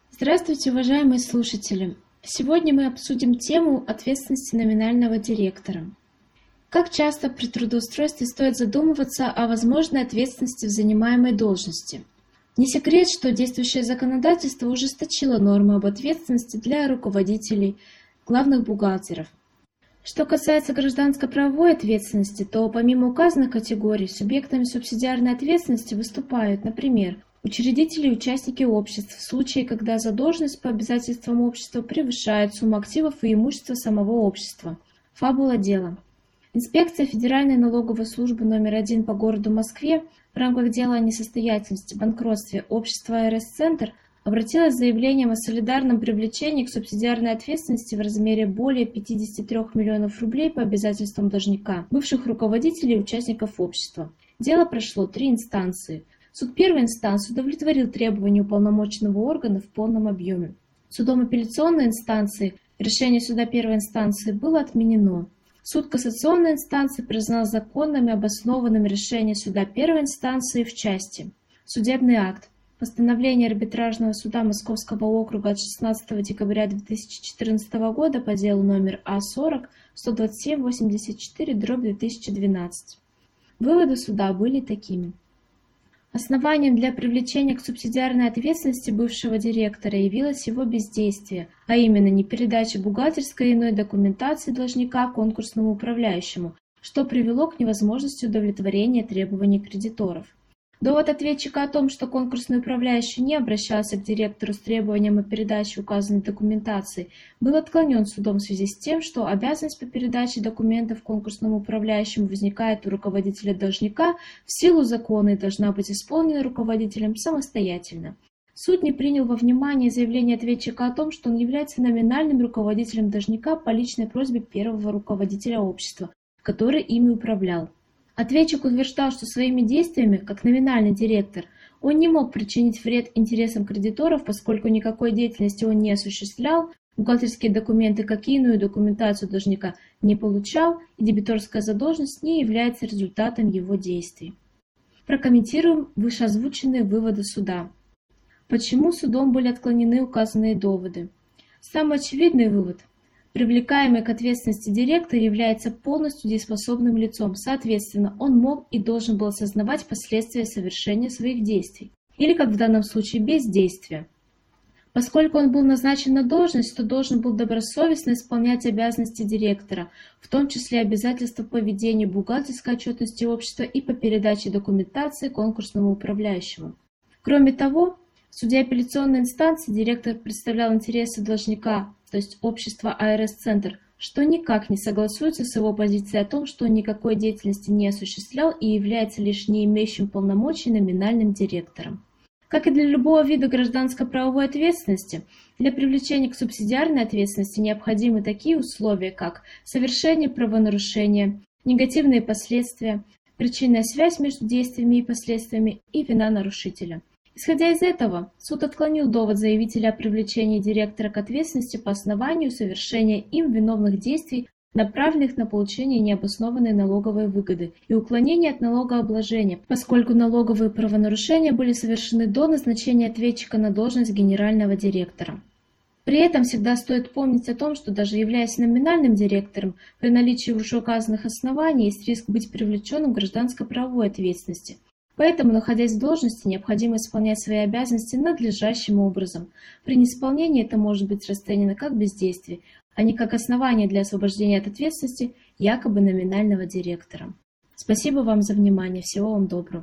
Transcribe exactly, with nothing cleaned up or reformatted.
Здравствуйте, уважаемые слушатели! Сегодня мы обсудим тему ответственности номинального директора. Как часто при трудоустройстве стоит задумываться о возможной ответственности в занимаемой должности? Не секрет, что действующее законодательство ужесточило нормы об ответственности для руководителей, главных бухгалтеров. Что касается гражданско-правовой ответственности, то помимо указанных категорий субъектами субсидиарной ответственности выступают, например, учредители и участники обществ в случае, когда задолженность по обязательствам общества превышает сумму активов и имущества самого общества. Фабула дела. Инспекция Федеральной налоговой службы номер один по городу Москве в рамках дела о несостоятельности, банкротстве общества АРС-Центр обратилась с заявлением о солидарном привлечении к субсидиарной ответственности в размере более пятидесяти трёх миллионов рублей по обязательствам должника, бывших руководителей и участников общества. Дело прошло три инстанции. Суд первой инстанции удовлетворил требования уполномоченного органа в полном объеме. Судом апелляционной инстанции решение суда первой инстанции было отменено. Суд кассационной инстанции признал законным и обоснованным решение суда первой инстанции в части. Судебный акт. Постановление арбитражного суда Московского округа от шестнадцатого декабря две тысячи четырнадцатого года по делу номер А сорок сто двадцать семь восемьдесят четыре дробь две тысячи двенадцать. Выводы суда были такими. Основанием для привлечения к субсидиарной ответственности бывшего директора явилось его бездействие, а именно непередача бухгалтерской и иной документации должника конкурсному управляющему, что привело к невозможности удовлетворения требований кредиторов. Довод ответчика о том, что конкурсный управляющий не обращался к директору с требованием о передаче указанной документации, был отклонен судом в связи с тем, что обязанность по передаче документов конкурсному управляющему возникает у руководителя должника в силу закона и должна быть исполнена руководителем самостоятельно. Суд не принял во внимание заявление ответчика о том, что он является номинальным руководителем должника по личной просьбе первого руководителя общества, который ими управлял. Ответчик утверждал, что своими действиями, как номинальный директор, он не мог причинить вред интересам кредиторов, поскольку никакой деятельности он не осуществлял, бухгалтерские документы, как и иную документацию должника не получал, и дебиторская задолженность не является результатом его действий. Прокомментируем вышеозвученные выводы суда. Почему судом были отклонены указанные доводы? Самый очевидный вывод. Привлекаемый к ответственности директор является полностью дееспособным лицом, соответственно, он мог и должен был осознавать последствия совершения своих действий, или, как в данном случае, бездействия. Поскольку он был назначен на должность, то должен был добросовестно исполнять обязанности директора, в том числе обязательства по ведению бухгалтерской отчетности общества и по передаче документации конкурсному управляющему. Кроме того, в суде апелляционной инстанции директор представлял интересы должника, то есть общества АРС-Центр, что никак не согласуется с его позицией о том, что он никакой деятельности не осуществлял и является лишь не имеющим полномочий номинальным директором. Как и для любого вида гражданско-правовой ответственности, для привлечения к субсидиарной ответственности необходимы такие условия, как совершение правонарушения, негативные последствия, причинная связь между действиями и последствиями и вина нарушителя. Исходя из этого, суд отклонил довод заявителя о привлечении директора к ответственности по основанию совершения им виновных действий, направленных на получение необоснованной налоговой выгоды и уклонение от налогообложения, поскольку налоговые правонарушения были совершены до назначения ответчика на должность генерального директора. При этом всегда стоит помнить о том, что даже являясь номинальным директором, при наличии вышеуказанных оснований есть риск быть привлеченным к гражданско-правовой ответственности. Поэтому, находясь в должности, необходимо исполнять свои обязанности надлежащим образом. При неисполнении это может быть расценено как бездействие, а не как основание для освобождения от ответственности якобы номинального директора. Спасибо вам за внимание. Всего вам доброго.